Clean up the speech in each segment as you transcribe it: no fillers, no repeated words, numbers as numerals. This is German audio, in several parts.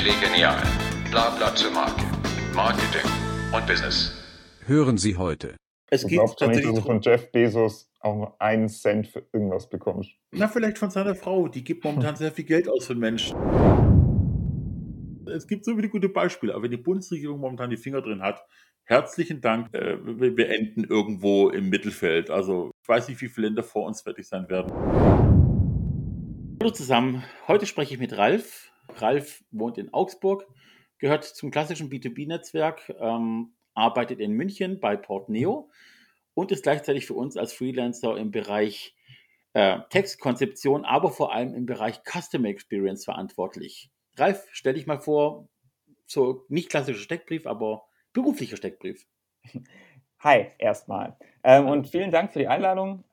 Chili genial. Blabla zur Marke. Marketing und Business. Hören Sie heute. Es Du geht glaubst doch nicht, tatsächlich dass du von Jeff Bezos auch nur einen Cent für irgendwas bekommst. Na, vielleicht von seiner Frau. Die gibt momentan sehr viel Geld aus für Menschen. Es gibt so viele gute Beispiele, aber wenn die Bundesregierung momentan die Finger drin hat, herzlichen Dank. Wir enden irgendwo im Mittelfeld. Also ich weiß nicht, wie viele Länder vor uns fertig sein werden. Hallo zusammen. Heute spreche ich mit Ralf. Ralf wohnt in Augsburg, gehört zum klassischen B2B-Netzwerk, arbeitet in München bei Portneo und ist gleichzeitig für uns als Freelancer im Bereich Textkonzeption, aber vor allem im Bereich Customer Experience verantwortlich. Ralf, stell dich mal vor, so nicht klassischer Steckbrief, aber beruflicher Steckbrief. Hi, erstmal. Und vielen Dank für die Einladung.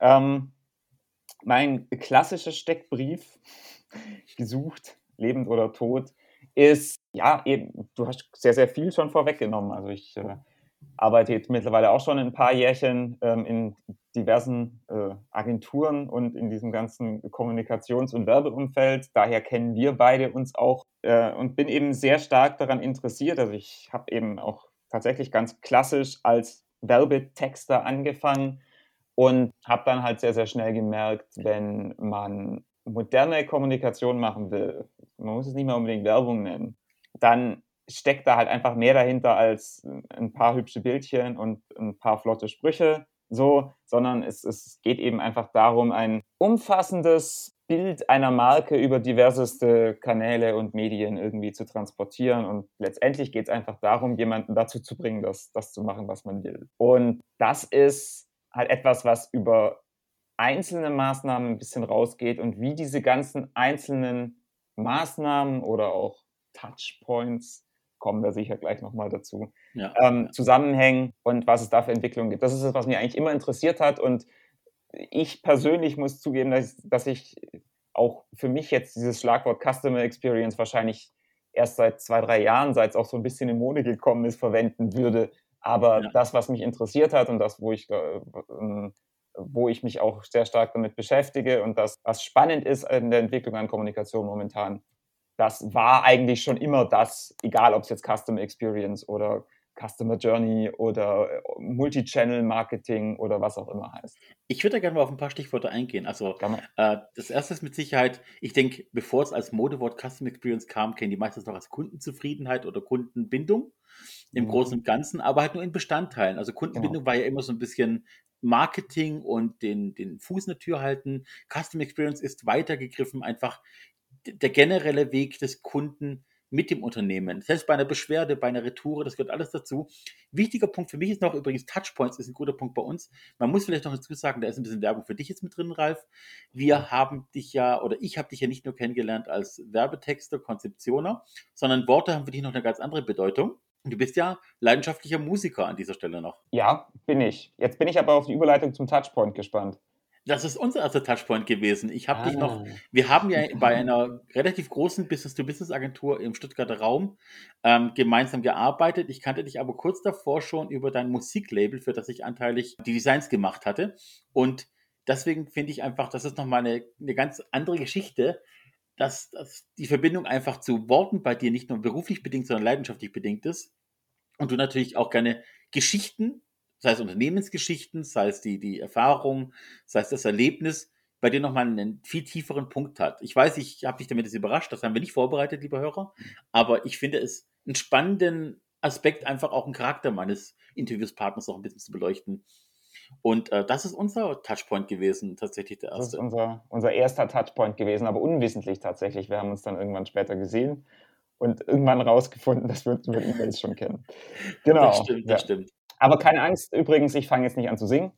Mein klassischer Steckbrief, gesucht, lebend oder tot, ist, ja, eben, du hast sehr, sehr viel schon vorweggenommen. Also ich arbeite jetzt mittlerweile auch schon ein paar Jährchen in diversen Agenturen und in diesem ganzen Kommunikations- und Werbeumfeld. Daher kennen wir beide uns auch und bin eben sehr stark daran interessiert. Also ich habe eben auch tatsächlich ganz klassisch als Werbetexter angefangen und habe dann halt sehr, sehr schnell gemerkt, wenn man moderne Kommunikation machen will, man muss es nicht mehr unbedingt Werbung nennen, dann steckt da halt einfach mehr dahinter als ein paar hübsche Bildchen und ein paar flotte Sprüche, so, sondern es geht eben einfach darum, ein umfassendes Bild einer Marke über diverseste Kanäle und Medien irgendwie zu transportieren. Und letztendlich geht es einfach darum, jemanden dazu zu bringen, das zu machen, was man will. Und das ist halt etwas, was über einzelne Maßnahmen ein bisschen rausgeht und wie diese ganzen einzelnen Maßnahmen oder auch Touchpoints, kommen wir sicher gleich nochmal dazu, zusammenhängen und was es da für Entwicklungen gibt. Das ist es, was mich eigentlich immer interessiert hat, und ich persönlich muss zugeben, dass ich auch für mich jetzt dieses Schlagwort Customer Experience wahrscheinlich erst seit 2-3 Jahren, seit es auch so ein bisschen in Mode gekommen ist, verwenden würde. Aber das, was mich interessiert hat und das, wo ich mich auch sehr stark damit beschäftige und das, was spannend ist in der Entwicklung an Kommunikation momentan, das war eigentlich schon immer das, egal ob es jetzt Customer Experience oder Customer Journey oder Multi-Channel-Marketing oder was auch immer heißt. Ich würde da gerne mal auf ein paar Stichworte eingehen. Also das erste ist mit Sicherheit, ich denke, bevor es als Modewort Customer Experience kam, kennen die meistens noch als Kundenzufriedenheit oder Kundenbindung im Großen und Ganzen, aber halt nur in Bestandteilen. Also Kundenbindung war ja immer so ein bisschen Marketing und den Fuß in der Tür halten. Customer Experience ist weitergegriffen, einfach der generelle Weg des Kunden mit dem Unternehmen. Selbst bei einer Beschwerde, bei einer Retoure, das gehört alles dazu. Wichtiger Punkt für mich ist noch, übrigens Touchpoints ist ein guter Punkt bei uns. Man muss vielleicht noch dazu sagen, da ist ein bisschen Werbung für dich jetzt mit drin, Ralf. Wir haben dich ja, oder ich habe dich ja nicht nur kennengelernt als Werbetexter, Konzeptioner, sondern Worte haben für dich noch eine ganz andere Bedeutung. Du bist ja leidenschaftlicher Musiker an dieser Stelle noch. Ja, bin ich. Jetzt bin ich aber auf die Überleitung zum Touchpoint gespannt. Das ist unser erster Touchpoint gewesen. Ich habe dich noch, wir haben ja bei einer relativ großen Business-to-Business-Agentur im Stuttgarter Raum gemeinsam gearbeitet. Ich kannte dich aber kurz davor schon über dein Musiklabel, für das ich anteilig die Designs gemacht hatte. Und deswegen finde ich einfach, das ist nochmal eine ganz andere Geschichte, dass die Verbindung einfach zu Worten bei dir nicht nur beruflich bedingt, sondern leidenschaftlich bedingt ist. Und du natürlich auch gerne Geschichten, sei es Unternehmensgeschichten, sei es die Erfahrung, sei es das Erlebnis, bei dir nochmal einen viel tieferen Punkt hat. Ich weiß, ich habe dich damit jetzt überrascht, das haben wir nicht vorbereitet, lieber Hörer, aber ich finde es einen spannenden Aspekt, einfach auch einen Charakter meines Interviewspartners noch ein bisschen zu beleuchten. Und das ist unser Touchpoint gewesen, tatsächlich der Das ist erste. unser erster Touchpoint gewesen, aber unwissentlich tatsächlich. Wir haben uns dann irgendwann später gesehen und irgendwann rausgefunden, dass wir uns über E-Mails schon kennen. Genau. Das stimmt, das stimmt. Aber keine Angst, übrigens, ich fange jetzt nicht an zu singen.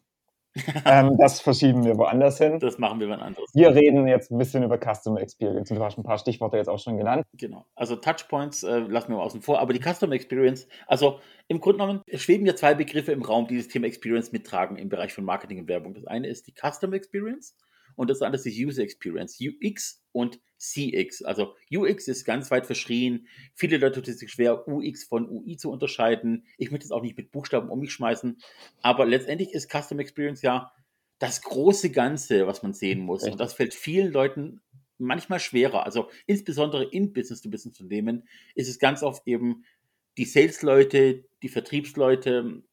Das verschieben wir woanders hin. Das machen wir wann anderes. Wir reden jetzt ein bisschen über Customer Experience. Und du hast ein paar Stichworte jetzt auch schon genannt. Genau. Also Touchpoints lassen wir mal außen vor, aber die Customer Experience, also im Grunde genommen schweben ja zwei Begriffe im Raum, die das Thema Experience mittragen im Bereich von Marketing und Werbung. Das eine ist die Customer Experience und das andere ist die User Experience, UX und CX. Also UX ist ganz weit verschrien. Viele Leute tun sich schwer, UX von UI zu unterscheiden. Ich möchte es auch nicht mit Buchstaben um mich schmeißen, aber letztendlich ist Customer Experience ja das große Ganze, was man sehen muss. Richtig. Und das fällt vielen Leuten manchmal schwerer. Also insbesondere in Business-to-Business-Unternehmen ist es ganz oft eben die Sales-Leute, die Vertriebsleute,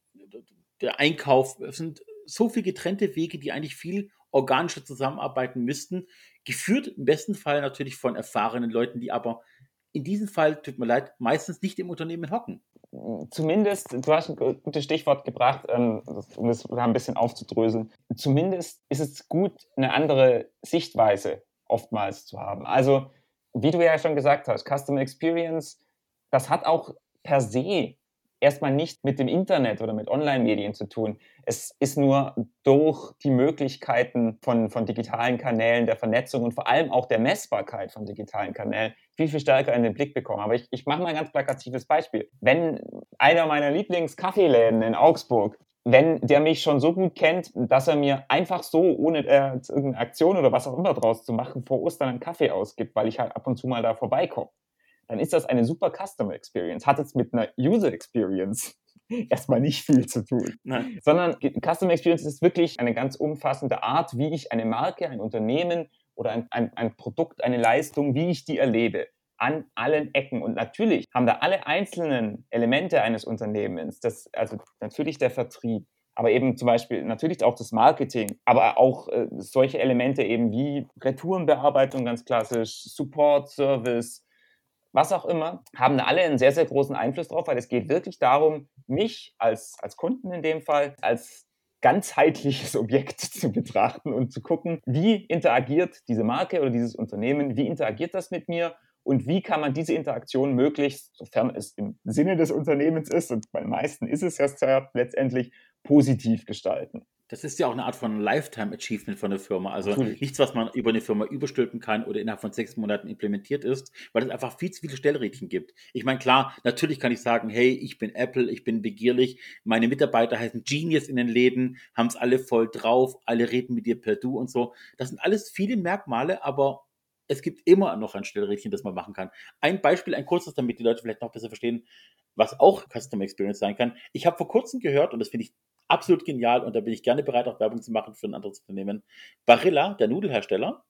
der Einkauf. Es sind so viele getrennte Wege, die eigentlich viel organischer zusammenarbeiten müssten. Geführt im besten Fall natürlich von erfahrenen Leuten, die aber in diesem Fall, tut mir leid, meistens nicht im Unternehmen hocken. Zumindest, du hast ein gutes Stichwort gebracht, um es ein bisschen aufzudröseln. Zumindest ist es gut, eine andere Sichtweise oftmals zu haben. Also, wie du ja schon gesagt hast, Customer Experience, das hat auch per se erstmal nicht mit dem Internet oder mit Online-Medien zu tun. Es ist nur durch die Möglichkeiten von digitalen Kanälen, der Vernetzung und vor allem auch der Messbarkeit von digitalen Kanälen viel stärker in den Blick bekommen. Aber ich mache mal ein ganz plakatives Beispiel. Wenn einer meiner Lieblings-Kaffeeläden in Augsburg, wenn der mich schon so gut kennt, dass er mir einfach so, ohne irgendeine Aktion oder was auch immer draus zu machen, vor Ostern einen Kaffee ausgibt, weil ich halt ab und zu mal da vorbeikomme, dann ist das eine super Customer Experience. Hat jetzt mit einer User Experience erstmal nicht viel zu tun. Nein. Sondern Customer Experience ist wirklich eine ganz umfassende Art, wie ich eine Marke, ein Unternehmen oder ein Produkt, eine Leistung, wie ich die erlebe. An allen Ecken. Und natürlich haben da alle einzelnen Elemente eines Unternehmens, also natürlich der Vertrieb, aber eben zum Beispiel natürlich auch das Marketing, aber auch solche Elemente eben wie Retourenbearbeitung ganz klassisch, Support, Service, was auch immer, haben alle einen sehr großen Einfluss drauf, weil es geht wirklich darum, mich als Kunden in dem Fall, als ganzheitliches Objekt zu betrachten und zu gucken, wie interagiert diese Marke oder dieses Unternehmen, wie interagiert das mit mir und wie kann man diese Interaktion möglichst, sofern es im Sinne des Unternehmens ist, und bei den meisten ist es ja letztendlich, positiv gestalten. Das ist ja auch eine Art von Lifetime Achievement von der Firma. Also Natürlich. nichts, was man über eine Firma überstülpen kann oder innerhalb von 6 Monaten implementiert ist, weil es einfach viel zu viele Stellrädchen gibt. Ich meine, klar, natürlich kann ich sagen, hey, ich bin Apple, ich bin begierlich, meine Mitarbeiter heißen Genius in den Läden, haben es alle voll drauf, alle reden mit dir per Du und so. Das sind alles viele Merkmale, aber es gibt immer noch ein Stellrädchen, das man machen kann. Ein Beispiel, ein kurzes, damit die Leute vielleicht noch besser verstehen, was auch Customer Experience sein kann. Ich habe vor kurzem gehört, und das finde ich absolut genial, und da bin ich gerne bereit, auch Werbung zu machen für ein anderes Unternehmen. Barilla, der Nudelhersteller,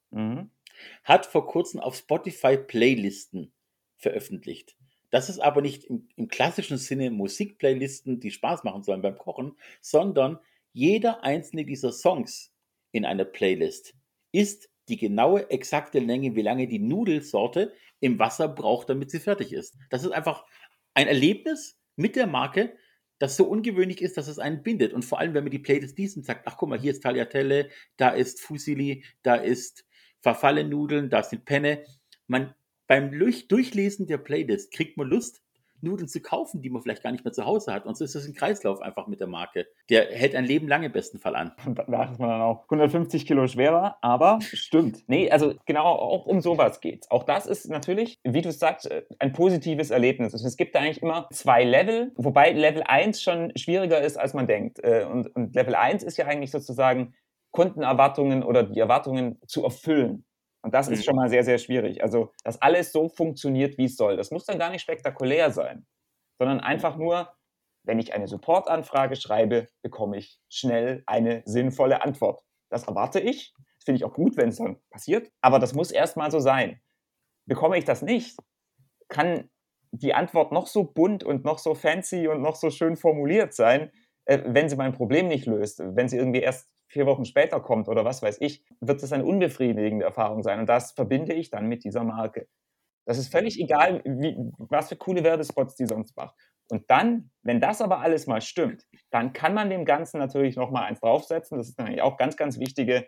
hat vor kurzem auf Spotify Playlisten veröffentlicht. Das ist aber nicht im klassischen Sinne Musikplaylisten, die Spaß machen sollen beim Kochen, sondern jeder einzelne dieser Songs in einer Playlist ist die genaue, exakte Länge, wie lange die Nudelsorte im Wasser braucht, damit sie fertig ist. Das ist einfach ein Erlebnis mit der Marke, das so ungewöhnlich ist, dass es einen bindet. Und vor allem, wenn man die Playlist liest und sagt, ach guck mal, hier ist Tagliatelle, da ist Fusilli, da ist Farfalle-Nudeln, da sind Penne. Beim Durchlesen der Playlist kriegt man Lust, Nudeln zu kaufen, die man vielleicht gar nicht mehr zu Hause hat. Und so ist das ein Kreislauf einfach mit der Marke. Der hält ein Leben lang im besten Fall an. Und danach ist man dann auch 150 Kilo schwerer, aber stimmt. Nee, also genau, auch um sowas geht's. Auch das ist natürlich, wie du sagst, ein positives Erlebnis. Also es gibt da eigentlich immer 2 Level, wobei Level 1 schon schwieriger ist, als man denkt. Und Level 1 ist ja eigentlich sozusagen Kundenerwartungen oder die Erwartungen zu erfüllen. Und das ist schon mal sehr schwierig. Also, dass alles so funktioniert, wie es soll. Das muss dann gar nicht spektakulär sein, sondern einfach nur, wenn ich eine Supportanfrage schreibe, bekomme ich schnell eine sinnvolle Antwort. Das erwarte ich. Das finde ich auch gut, wenn es dann passiert. Aber das muss erstmal so sein. Bekomme ich das nicht, kann die Antwort noch so bunt und noch so fancy und noch so schön formuliert sein, wenn sie mein Problem nicht löst, wenn sie irgendwie erst 4 Wochen später kommt oder was weiß ich, wird es eine unbefriedigende Erfahrung sein. Und das verbinde ich dann mit dieser Marke. Das ist völlig egal, was für coole Werbespots die sonst macht. Und dann, wenn das aber alles mal stimmt, dann kann man dem Ganzen natürlich noch mal eins draufsetzen. Das ist natürlich auch ganz wichtige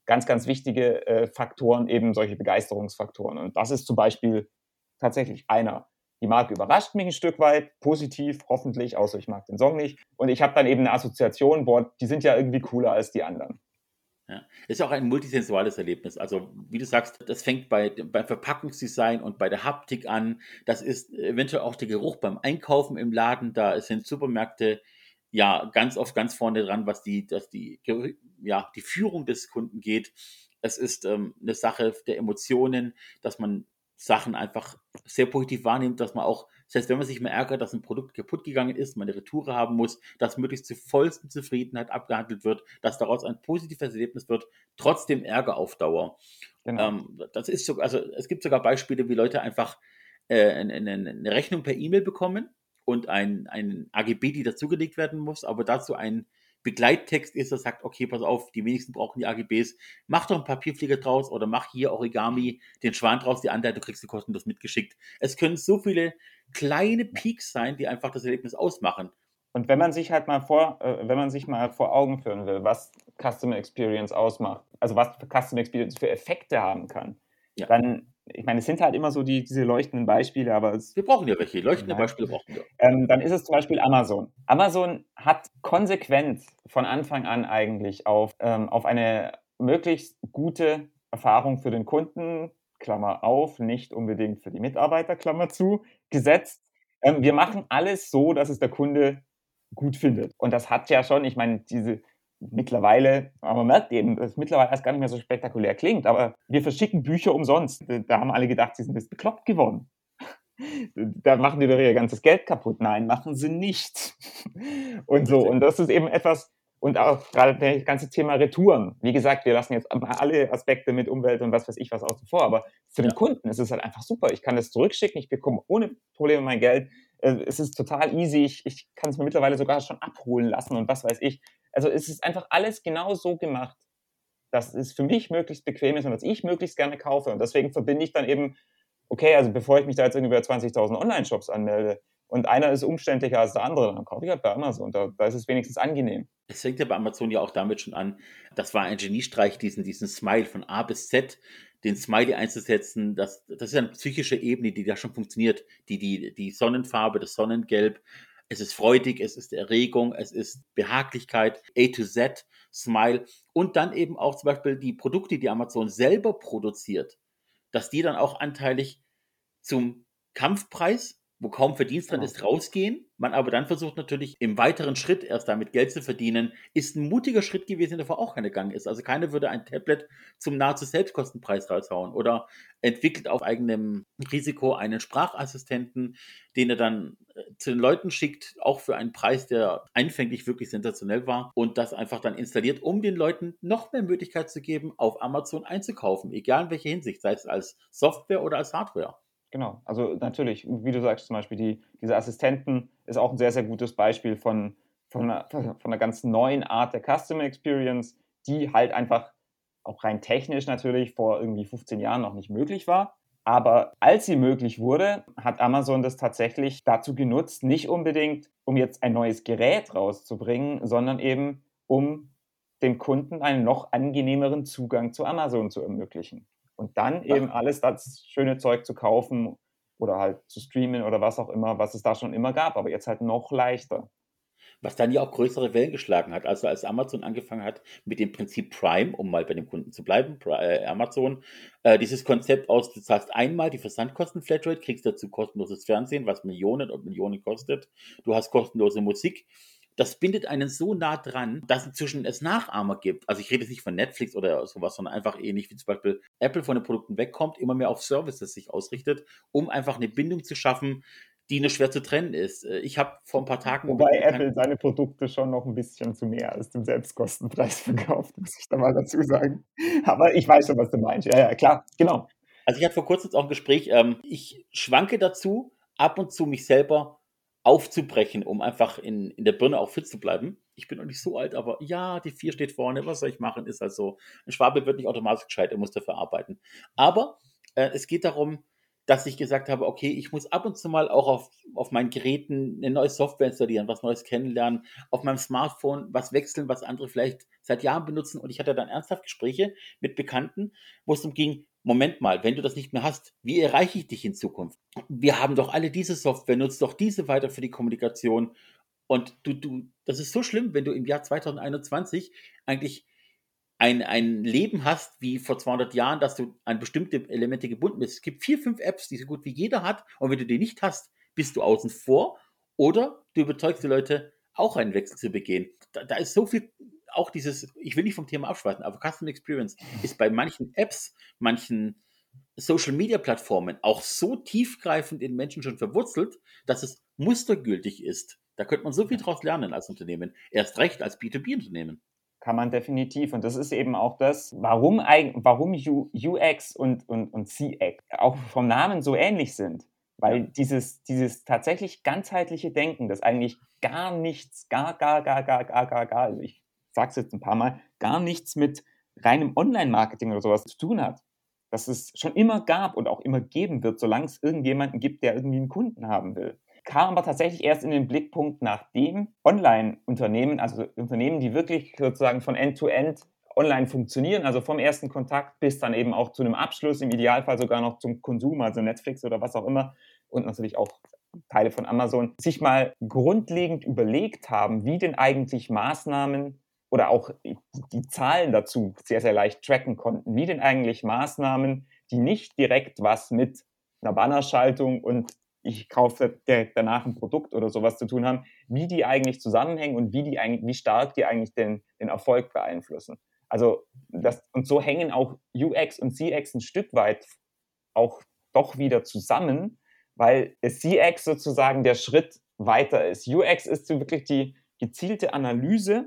Faktoren, eben solche Begeisterungsfaktoren. Und das ist zum Beispiel tatsächlich einer. Die Marke überrascht mich ein Stück weit, positiv, hoffentlich, außer ich mag den Song nicht. Und ich habe dann eben eine Assoziation, boah, die sind ja irgendwie cooler als die anderen. Ja. Ist auch ein multisensuales Erlebnis. Also, wie du sagst, das fängt beim Verpackungsdesign und bei der Haptik an. Das ist eventuell auch der Geruch beim Einkaufen im Laden. Da sind Supermärkte ja ganz oft ganz vorne dran, was die Führung des Kunden geht. Es ist eine Sache der Emotionen, dass man Sachen einfach sehr positiv wahrnimmt, dass man auch, selbst wenn man sich mal ärgert, dass ein Produkt kaputt gegangen ist, man eine Retoure haben muss, dass möglichst zur vollsten Zufriedenheit abgehandelt wird, dass daraus ein positives Erlebnis wird, trotzdem Ärger auf Dauer. Genau. Das ist so, also es gibt sogar Beispiele, wie Leute einfach eine Rechnung per E-Mail bekommen und ein AGB, die dazugelegt werden muss, aber dazu ein Begleittext ist, der sagt, okay, pass auf, die wenigsten brauchen die AGBs, mach doch einen Papierflieger draus oder mach hier Origami, den Schwan draus, die Anleitung kriegst du kostenlos mitgeschickt. Es können so viele kleine Peaks sein, die einfach das Erlebnis ausmachen. Und wenn man sich mal vor Augen führen will, was Customer Experience ausmacht, also was Customer Experience für Effekte haben kann, Ja. dann, ich meine, es sind halt immer so diese leuchtenden Beispiele, aber wir brauchen ja welche. Leuchtende Beispiele brauchen wir. Dann ist es zum Beispiel Amazon. Amazon hat konsequent von Anfang an eigentlich auf eine möglichst gute Erfahrung für den Kunden, Klammer auf, nicht unbedingt für die Mitarbeiter, Klammer zu, gesetzt. Wir machen alles so, dass es der Kunde gut findet. Und das hat ja schon, ich meine, mittlerweile, aber man merkt eben, dass mittlerweile erst gar nicht mehr so spektakulär klingt, aber wir verschicken Bücher umsonst. Da haben alle gedacht, sie sind jetzt bekloppt geworden. Da machen die doch ihr ganzes Geld kaputt. Nein, machen sie nicht. Und so, und das ist eben etwas, und auch gerade das ganze Thema Retouren. Wie gesagt, wir lassen jetzt alle Aspekte mit Umwelt und was weiß ich was außen vor, aber für den Kunden ist es halt einfach super. Ich kann das zurückschicken, ich bekomme ohne Probleme mein Geld. Es ist total easy, ich kann es mir mittlerweile sogar schon abholen lassen und was weiß ich. Also es ist einfach alles genau so gemacht, dass es für mich möglichst bequem ist und dass ich möglichst gerne kaufe. Und deswegen verbinde ich dann eben, okay, also bevor ich mich da jetzt irgendwie bei 20.000 Online-Shops anmelde und einer ist umständlicher als der andere, dann kaufe ich halt bei Amazon. Da ist es wenigstens angenehm. Es fängt ja bei Amazon ja auch damit schon an, das war ein Geniestreich, diesen Smile von A bis Z, den Smiley einzusetzen, das ist ja eine psychische Ebene, die da schon funktioniert. Die Sonnenfarbe, das Sonnengelb, es ist freudig, es ist Erregung, es ist Behaglichkeit, A to Z, Smile und dann eben auch zum Beispiel die Produkte, die Amazon selber produziert, dass die dann auch anteilig zum Kampfpreis, wo kaum Verdienst dran ist, rausgehen. Man aber dann versucht natürlich im weiteren Schritt erst damit Geld zu verdienen, ist ein mutiger Schritt gewesen, der vorher auch keiner gegangen ist. Also keiner würde ein Tablet zum nahezu Selbstkostenpreis raushauen oder entwickelt auf eigenem Risiko einen Sprachassistenten, den er dann zu den Leuten schickt, auch für einen Preis, der anfänglich wirklich sensationell war und das einfach dann installiert, um den Leuten noch mehr Möglichkeit zu geben, auf Amazon einzukaufen, egal in welcher Hinsicht, sei es als Software oder als Hardware. Genau, also natürlich, wie du sagst, zum Beispiel diese Assistenten ist auch ein sehr, sehr gutes Beispiel von einer ganz neuen Art der Customer Experience, die halt einfach auch rein technisch natürlich vor irgendwie 15 Jahren noch nicht möglich war. Aber als sie möglich wurde, hat Amazon das tatsächlich dazu genutzt, nicht unbedingt, um jetzt ein neues Gerät rauszubringen, sondern eben, um dem Kunden einen noch angenehmeren Zugang zu Amazon zu ermöglichen. Und dann eben alles das schöne Zeug zu kaufen oder halt zu streamen oder was auch immer, was es da schon immer gab, aber jetzt halt noch leichter. Was dann ja auch größere Wellen geschlagen hat. Also als Amazon angefangen hat mit dem Prinzip Prime, um mal bei dem Kunden zu bleiben, Amazon, dieses Konzept aus, du zahlst einmal die Versandkosten Flatrate, kriegst dazu kostenloses Fernsehen, was Millionen und Millionen kostet. Du hast kostenlose Musik. Das bindet einen so nah dran, dass inzwischen es Nachahmer gibt. Also ich rede jetzt nicht von Netflix oder sowas, sondern einfach ähnlich wie zum Beispiel Apple von den Produkten wegkommt, immer mehr auf Services sich ausrichtet, um einfach eine Bindung zu schaffen, die nur schwer zu trennen ist. Ich habe vor ein paar Tagen Wobei Apple seine Produkte schon noch ein bisschen zu mehr als dem Selbstkostenpreis verkauft, muss ich da mal dazu sagen. Aber ich weiß schon, was du meinst. Ja, ja, klar, genau. Also ich hatte vor kurzem auch ein Gespräch, ich schwanke dazu, ab und zu mich selber aufzubrechen, um einfach in der Birne auch fit zu bleiben. Ich bin noch nicht so alt, aber ja, die 4 steht vorne, was soll ich machen, ist halt so. Ein Schwabe wird nicht automatisch gescheit, er muss dafür arbeiten. Aber es geht darum, dass ich gesagt habe, okay, ich muss ab und zu mal auch auf meinen Geräten eine neue Software installieren, was Neues kennenlernen, auf meinem Smartphone was wechseln, was andere vielleicht seit Jahren benutzen. Und ich hatte dann ernsthaft Gespräche mit Bekannten, wo es darum ging, Moment mal, wenn du das nicht mehr hast, wie erreiche ich dich in Zukunft? Wir haben doch alle diese Software, nutzt doch diese weiter für die Kommunikation. Und das ist so schlimm, wenn du im Jahr 2021 eigentlich ein Leben hast wie vor 200 Jahren, dass du an bestimmte Elemente gebunden bist. Es gibt 4, 5 Apps, die so gut wie jeder hat. Und wenn du die nicht hast, bist du außen vor. Oder du überzeugst die Leute, auch einen Wechsel zu begehen. Da ist so viel, auch dieses, ich will nicht vom Thema abschweifen, aber Custom Experience ist bei manchen Apps, manchen Social-Media-Plattformen auch so tiefgreifend in Menschen schon verwurzelt, dass es mustergültig ist. Da könnte man so viel draus lernen als Unternehmen. Erst recht als B2B-Unternehmen. Kann man definitiv. Und das ist eben auch das, warum UX und CX auch vom Namen so ähnlich sind. Weil dieses tatsächlich ganzheitliche Denken, das eigentlich gar nichts, also ich sage es jetzt ein paar Mal, gar nichts mit reinem Online-Marketing oder sowas zu tun hat. Dass es schon immer gab und auch immer geben wird, solange es irgendjemanden gibt, der irgendwie einen Kunden haben will. Kam aber tatsächlich erst in den Blickpunkt, nachdem Online-Unternehmen, also Unternehmen, die wirklich sozusagen von End-to-End online funktionieren, also vom ersten Kontakt bis dann eben auch zu einem Abschluss, im Idealfall sogar noch zum Konsum, also Netflix oder was auch immer und natürlich auch Teile von Amazon, sich mal grundlegend überlegt haben, wie denn eigentlich Maßnahmen oder auch die Zahlen dazu sehr, sehr leicht tracken konnten, wie denn eigentlich Maßnahmen, die nicht direkt was mit einer Bannerschaltung und ich kaufe danach ein Produkt oder sowas zu tun haben, wie die eigentlich zusammenhängen und wie stark die eigentlich den Erfolg beeinflussen. Also und so hängen auch UX und CX ein Stück weit auch doch wieder zusammen, weil CX sozusagen der Schritt weiter ist. UX ist so wirklich die gezielte Analyse,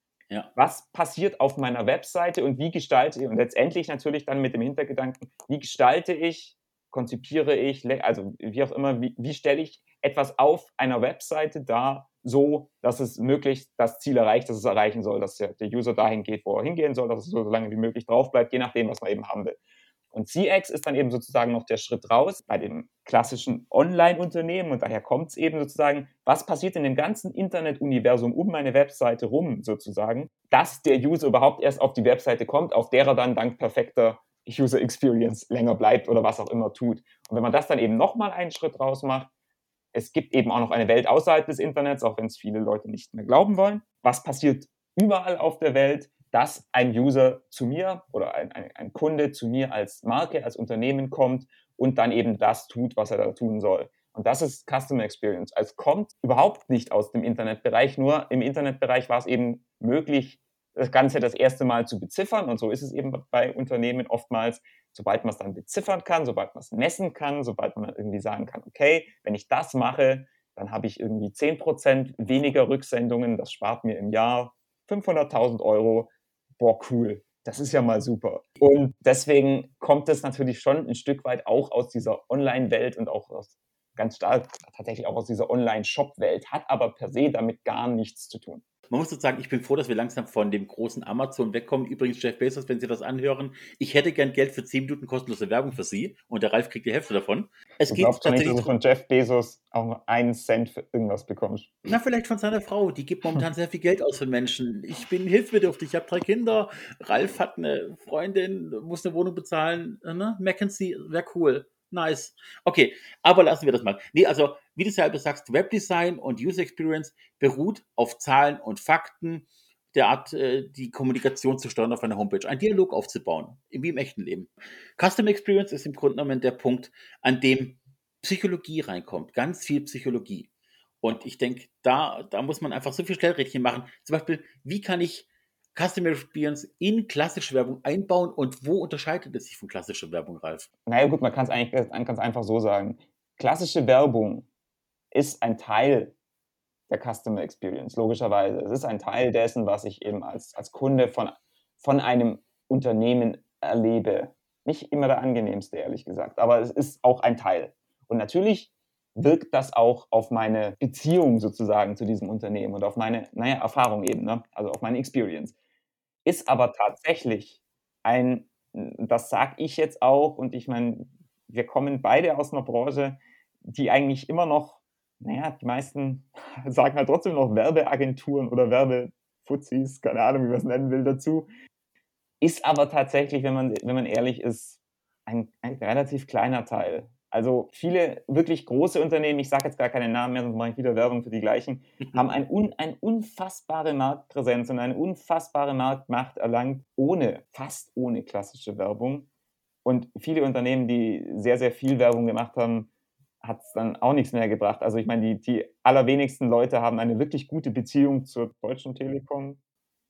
was passiert auf meiner Webseite und wie gestalte ich, und letztendlich natürlich dann mit dem Hintergedanken, wie gestalte ich, konzipiere ich, also wie auch immer, wie stelle ich etwas auf einer Webseite dar, so, dass es möglichst das Ziel erreicht, das es erreichen soll, dass der User dahin geht, wo er hingehen soll, dass es so lange wie möglich drauf bleibt, je nachdem, was man eben haben will. Und CX ist dann eben sozusagen noch der Schritt raus bei dem klassischen Online-Unternehmen und daher kommt es eben sozusagen, was passiert in dem ganzen Internet-Universum um meine Webseite rum sozusagen, dass der User überhaupt erst auf die Webseite kommt, auf der er dann dank perfekter User Experience länger bleibt oder was auch immer tut. Und wenn man das dann eben nochmal einen Schritt raus macht, es gibt eben auch noch eine Welt außerhalb des Internets, auch wenn es viele Leute nicht mehr glauben wollen. Was passiert überall auf der Welt, dass ein User zu mir oder ein Kunde zu mir als Marke, als Unternehmen kommt und dann eben das tut, was er da tun soll. Und das ist Customer Experience. Es kommt überhaupt nicht aus dem Internetbereich, nur im Internetbereich war es eben möglich, das Ganze das erste Mal zu beziffern. Und so ist es eben bei Unternehmen oftmals, sobald man es dann beziffern kann, sobald man es messen kann, sobald man irgendwie sagen kann, okay, wenn ich das mache, dann habe ich irgendwie 10% weniger Rücksendungen, das spart mir im Jahr 500.000 Euro. Boah, cool, das ist ja mal super. Und deswegen kommt es natürlich schon ein Stück weit auch aus dieser Online-Welt und auch ganz stark tatsächlich auch aus dieser Online-Shop-Welt, hat aber per se damit gar nichts zu tun. Man muss sagen, ich bin froh, dass wir langsam von dem großen Amazon wegkommen. Übrigens, Jeff Bezos, wenn Sie das anhören, ich hätte gern Geld für 10 Minuten kostenlose Werbung für Sie und der Ralf kriegt die Hälfte davon. Du glaubst schon nicht, dass du von Jeff Bezos auch einen Cent für irgendwas bekommst. Na, vielleicht von seiner Frau. Die gibt momentan sehr viel Geld aus für Menschen. Ich bin hilfsbedürftig. Ich habe 3 Kinder. Ralf hat eine Freundin, muss eine Wohnung bezahlen. Ne? Mackenzie wäre cool. Nice. Okay, aber lassen wir das mal. Nee, also, wie du selber sagst, Webdesign und User Experience beruht auf Zahlen und Fakten, der Art, die Kommunikation zu steuern auf einer Homepage, einen Dialog aufzubauen, wie im echten Leben. Customer Experience ist im Grunde genommen der Punkt, an dem Psychologie reinkommt, ganz viel Psychologie. Und ich denke, da muss man einfach so viel Stellrädchen machen. Zum Beispiel, wie kann ich Customer Experience in klassische Werbung einbauen und wo unterscheidet es sich von klassischer Werbung, Ralf? Naja gut, man kann es eigentlich ganz einfach so sagen. Klassische Werbung ist ein Teil der Customer Experience, logischerweise. Es ist ein Teil dessen, was ich eben als Kunde von einem Unternehmen erlebe. Nicht immer der angenehmste, ehrlich gesagt, aber es ist auch ein Teil. Und natürlich wirkt das auch auf meine Beziehung sozusagen zu diesem Unternehmen und auf meine, Erfahrung eben, ne? Also auf meine Experience. Ist aber tatsächlich das sage ich jetzt auch, und ich meine, wir kommen beide aus einer Branche, die eigentlich immer noch, die meisten sagen halt trotzdem noch Werbeagenturen oder Werbefuzis, keine Ahnung, wie man es nennen will, dazu. Ist aber tatsächlich, wenn man ehrlich ist, ein relativ kleiner Teil. Also viele wirklich große Unternehmen, ich sage jetzt gar keine Namen mehr, sonst mache ich wieder Werbung für die gleichen, haben eine unfassbare Marktpräsenz und eine unfassbare Marktmacht erlangt, fast ohne klassische Werbung. Und viele Unternehmen, die sehr, sehr viel Werbung gemacht haben, hat es dann auch nichts mehr gebracht. Also ich meine, die allerwenigsten Leute haben eine wirklich gute Beziehung zur Deutschen Telekom.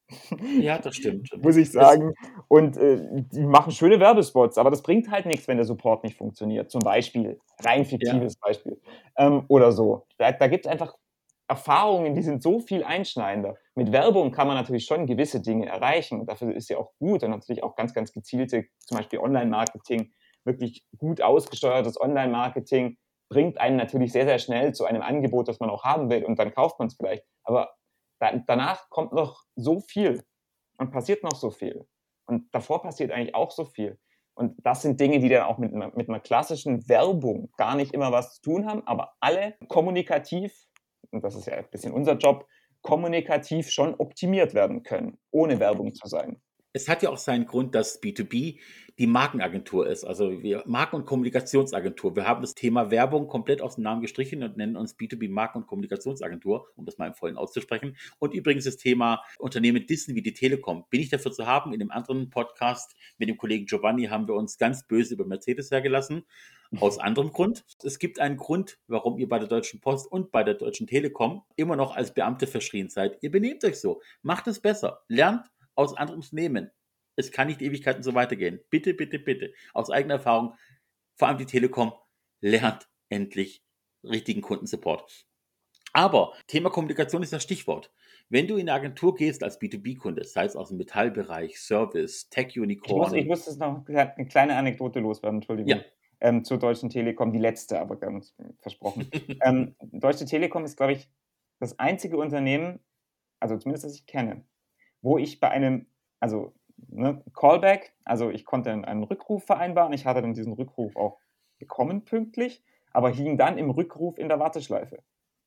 Ja, das stimmt. muss ich sagen. Und die machen schöne Werbespots, aber das bringt halt nichts, wenn der Support nicht funktioniert. Zum Beispiel, rein fiktives Beispiel. Oder so. Da gibt es einfach Erfahrungen, die sind so viel einschneidender. Mit Werbung kann man natürlich schon gewisse Dinge erreichen. Dafür ist ja auch gut und natürlich auch ganz, ganz gezielte, zum Beispiel Online-Marketing, wirklich gut ausgesteuertes Online-Marketing bringt einen natürlich sehr, sehr schnell zu einem Angebot, das man auch haben will und dann kauft man es vielleicht. Aber danach kommt noch so viel und passiert noch so viel. Und davor passiert eigentlich auch so viel. Und das sind Dinge, die dann auch mit einer klassischen Werbung gar nicht immer was zu tun haben, aber alle kommunikativ, und das ist ja ein bisschen unser Job, kommunikativ schon optimiert werden können, ohne Werbung zu sein. Es hat ja auch seinen Grund, dass B2B die Markenagentur ist, also wir Marken- und Kommunikationsagentur. Wir haben das Thema Werbung komplett aus dem Namen gestrichen und nennen uns B2B Marken- und Kommunikationsagentur, um das mal im Vollen auszusprechen. Und übrigens das Thema Unternehmen Disney wie die Telekom bin ich dafür zu haben. In dem anderen Podcast mit dem Kollegen Giovanni haben wir uns ganz böse über Mercedes hergelassen. Aus anderem Grund. Es gibt einen Grund, warum ihr bei der Deutschen Post und bei der Deutschen Telekom immer noch als Beamte verschrien seid. Ihr benehmt euch so. Macht es besser. Lernt aus anderen Unternehmen. Es kann nicht Ewigkeiten so weitergehen. Bitte, bitte, bitte. Aus eigener Erfahrung, vor allem die Telekom, lernt endlich richtigen Kundensupport. Aber Thema Kommunikation ist das Stichwort. Wenn du in eine Agentur gehst als B2B-Kunde, sei es aus dem Metallbereich, Service, Tech-Unicorn. Ich muss jetzt noch eine kleine Anekdote loswerden, Entschuldigung. Ja. Zur Deutschen Telekom, die letzte, aber ganz versprochen. Deutsche Telekom ist, glaube ich, das einzige Unternehmen, also zumindest das ich kenne, wo ich bei einem, also Callback, also ich konnte einen Rückruf vereinbaren, ich hatte dann diesen Rückruf auch bekommen pünktlich, aber hing dann im Rückruf in der Warteschleife.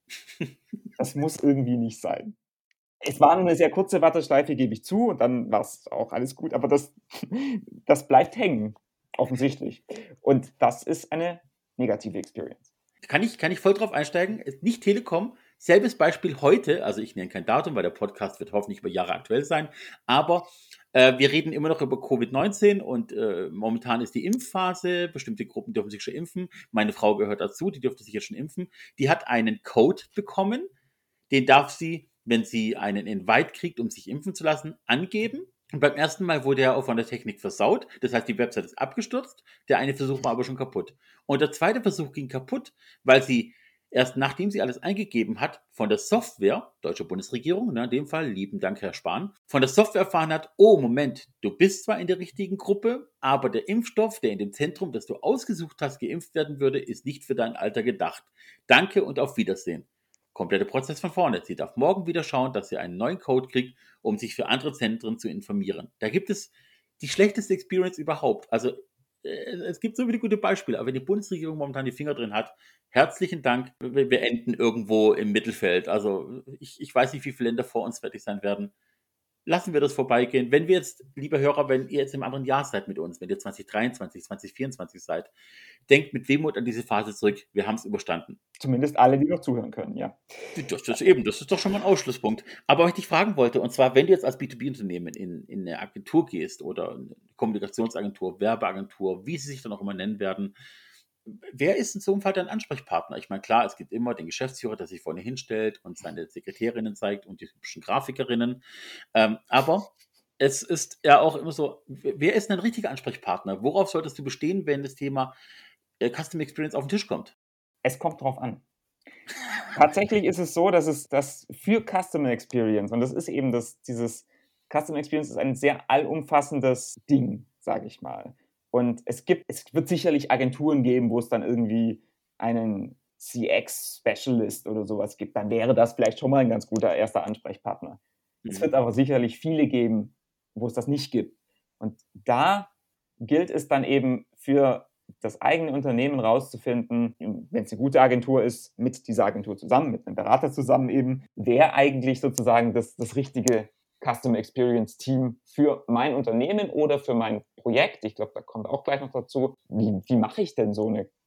Das muss irgendwie nicht sein. Es war eine sehr kurze Warteschleife, gebe ich zu, und dann war es auch alles gut, aber das bleibt hängen, offensichtlich. Und das ist eine negative Experience. Kann ich voll drauf einsteigen? Nicht Telekom, selbes Beispiel heute, also ich nenne kein Datum, weil der Podcast wird hoffentlich über Jahre aktuell sein, aber wir reden immer noch über Covid-19 und momentan ist die Impfphase, bestimmte Gruppen dürfen sich schon impfen, meine Frau gehört dazu, die dürfte sich jetzt schon impfen, die hat einen Code bekommen, den darf sie, wenn sie einen Invite kriegt, um sich impfen zu lassen, angeben. Und beim ersten Mal wurde er auch von der Technik versaut. Das heißt, die Website ist abgestürzt. Der eine Versuch war aber schon kaputt. Und der zweite Versuch ging kaputt, weil sie erst nachdem sie alles eingegeben hat, von der Software, deutsche Bundesregierung, in dem Fall, lieben Dank, Herr Spahn, von der Software erfahren hat, oh, Moment, du bist zwar in der richtigen Gruppe, aber der Impfstoff, der in dem Zentrum, das du ausgesucht hast, geimpft werden würde, ist nicht für dein Alter gedacht. Danke und auf Wiedersehen. Komplette Prozess von vorne. Sie darf morgen wieder schauen, dass sie einen neuen Code kriegt, um sich für andere Zentren zu informieren. Da gibt es die schlechteste Experience überhaupt. Also es gibt so viele gute Beispiele, aber wenn die Bundesregierung momentan die Finger drin hat, herzlichen Dank. Wir enden irgendwo im Mittelfeld. Also ich weiß nicht, wie viele Länder vor uns fertig sein werden. Lassen wir das vorbeigehen. Wenn wir jetzt, liebe Hörer, wenn ihr jetzt im anderen Jahr seid mit uns, wenn ihr 2023, 2024 seid, denkt mit Wehmut an diese Phase zurück. Wir haben es überstanden. Zumindest alle, die noch zuhören können, ja. Das ist doch schon mal ein Ausschlusspunkt. Aber was ich dich fragen wollte, und zwar, wenn du jetzt als B2B-Unternehmen in eine Agentur gehst oder eine Kommunikationsagentur, Werbeagentur, wie sie sich dann auch immer nennen werden, wer ist in so einem Fall dein Ansprechpartner? Ich meine, klar, es gibt immer den Geschäftsführer, der sich vorne hinstellt und seine Sekretärinnen zeigt und die hübschen Grafikerinnen. Aber es ist ja auch immer so, wer ist ein richtiger Ansprechpartner? Worauf solltest du bestehen, wenn das Thema Custom Experience auf den Tisch kommt? Es kommt drauf an. Tatsächlich ist es so, dass es das für Customer Experience, und das ist eben dieses Customer Experience ist ein sehr allumfassendes Ding, sage ich mal. Und es wird sicherlich Agenturen geben, wo es dann irgendwie einen CX-Specialist oder sowas gibt. Dann wäre das vielleicht schon mal ein ganz guter erster Ansprechpartner. Es wird aber sicherlich viele geben, wo es das nicht gibt. Und da gilt es dann eben für das eigene Unternehmen rauszufinden, wenn es eine gute Agentur ist, mit dieser Agentur zusammen, mit einem Berater zusammen eben, wer eigentlich sozusagen das richtige Customer Experience Team für mein Unternehmen oder für mein Projekt, ich glaube, da kommt auch gleich noch dazu, wie mache ich denn so eine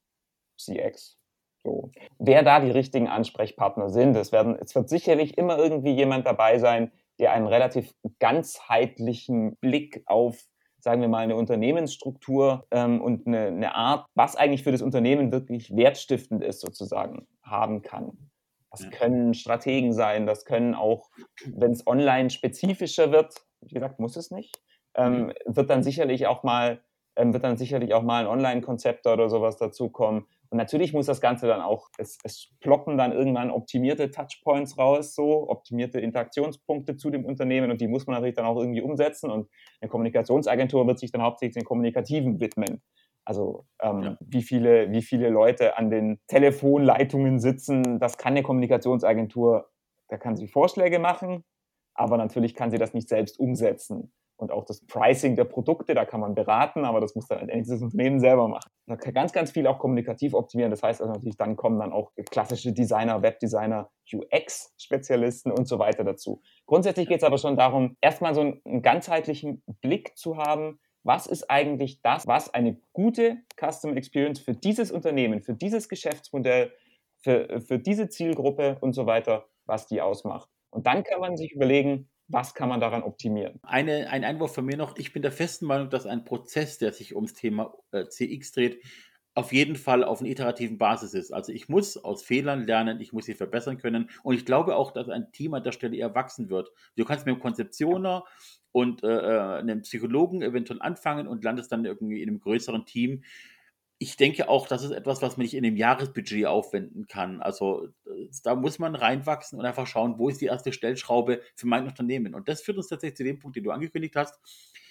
CX? So. Wer da die richtigen Ansprechpartner sind, es wird sicherlich immer irgendwie jemand dabei sein, der einen relativ ganzheitlichen Blick auf, sagen wir mal, eine Unternehmensstruktur und eine Art, was eigentlich für das Unternehmen wirklich wertstiftend ist, sozusagen, haben kann. Das können Strategen sein, das können auch, wenn es online spezifischer wird, wie gesagt, muss es nicht, wird dann sicherlich auch mal ein Online-Konzept oder sowas dazukommen. Und natürlich muss das Ganze dann auch, es ploppen dann irgendwann optimierte Touchpoints raus, so optimierte Interaktionspunkte zu dem Unternehmen, und die muss man natürlich dann auch irgendwie umsetzen, und eine Kommunikationsagentur wird sich dann hauptsächlich den Kommunikativen widmen. Also wie viele Leute an den Telefonleitungen sitzen, das kann eine Kommunikationsagentur, da kann sie Vorschläge machen, aber natürlich kann sie das nicht selbst umsetzen. Und auch das Pricing der Produkte, da kann man beraten, aber das muss dann endlich das Unternehmen selber machen. Man kann ganz, ganz viel auch kommunikativ optimieren. Das heißt also natürlich, dann kommen dann auch klassische Designer, Webdesigner, UX-Spezialisten und so weiter dazu. Grundsätzlich geht es aber schon darum, erstmal so einen ganzheitlichen Blick zu haben, was ist eigentlich das, was eine gute Customer Experience für dieses Unternehmen, für dieses Geschäftsmodell, für diese Zielgruppe und so weiter, was die ausmacht. Und dann kann man sich überlegen, was kann man daran optimieren. Ein Einwurf von mir noch. Ich bin der festen Meinung, dass ein Prozess, der sich ums Thema CX dreht, auf jeden Fall auf einer iterativen Basis ist. Also ich muss aus Fehlern lernen, ich muss sie verbessern können, und ich glaube auch, dass ein Team an der Stelle eher wachsen wird. Du kannst mit einem Konzeptioner und einem Psychologen eventuell anfangen und landest dann irgendwie in einem größeren Team. Ich denke auch, das ist etwas, was man nicht in dem Jahresbudget aufwenden kann. Also da muss man reinwachsen und einfach schauen, wo ist die erste Stellschraube für mein Unternehmen. Und das führt uns tatsächlich zu dem Punkt, den du angekündigt hast.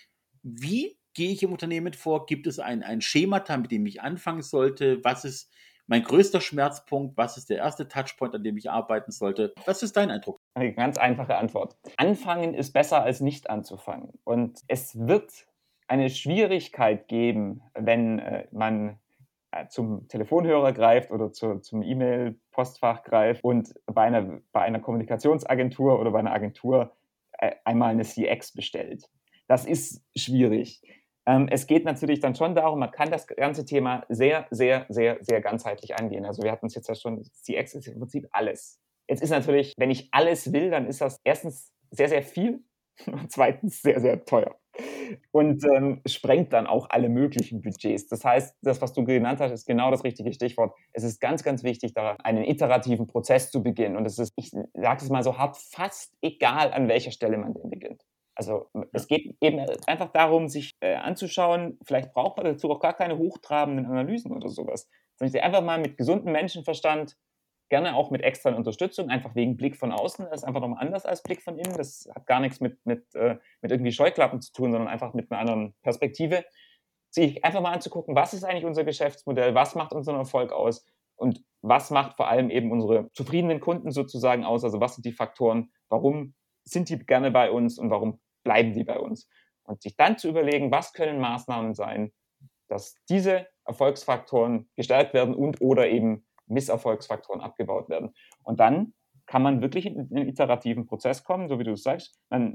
Wie gehe ich im Unternehmen vor? Gibt es ein Schemata, mit dem ich anfangen sollte? Was ist mein größter Schmerzpunkt? Was ist der erste Touchpoint, an dem ich arbeiten sollte? Was ist dein Eindruck? Eine ganz einfache Antwort. Anfangen ist besser als nicht anzufangen. Und es wird eine Schwierigkeit geben, wenn man zum Telefonhörer greift oder zum E-Mail-Postfach greift und bei einer Kommunikationsagentur oder bei einer Agentur einmal eine CX bestellt. Das ist schwierig. Es geht natürlich dann schon darum, man kann das ganze Thema sehr, sehr, sehr, sehr ganzheitlich angehen. Also wir hatten es jetzt ja schon, CX ist im Prinzip alles. Jetzt ist natürlich, wenn ich alles will, dann ist das erstens sehr, sehr viel und zweitens sehr, sehr teuer. Und sprengt dann auch alle möglichen Budgets. Das heißt, das, was du genannt hast, ist genau das richtige Stichwort. Es ist ganz, ganz wichtig, da einen iterativen Prozess zu beginnen. Und es ist, ich sage es mal so hart, fast egal, an welcher Stelle man den beginnt. Also es geht eben einfach darum, sich anzuschauen, vielleicht braucht man dazu auch gar keine hochtrabenden Analysen oder sowas, sondern sich einfach mal mit gesundem Menschenverstand, gerne auch mit externer Unterstützung, einfach wegen Blick von außen. Das ist einfach nochmal anders als Blick von innen. Das hat gar nichts mit irgendwie Scheuklappen zu tun, sondern einfach mit einer anderen Perspektive. Sich einfach mal anzugucken, was ist eigentlich unser Geschäftsmodell, was macht unseren Erfolg aus und was macht vor allem eben unsere zufriedenen Kunden sozusagen aus. Also was sind die Faktoren, warum sind die gerne bei uns und warum bleiben die bei uns? Und sich dann zu überlegen, was können Maßnahmen sein, dass diese Erfolgsfaktoren gestärkt werden und oder eben Misserfolgsfaktoren abgebaut werden. Und dann kann man wirklich in einen iterativen Prozess kommen, so wie du es sagst.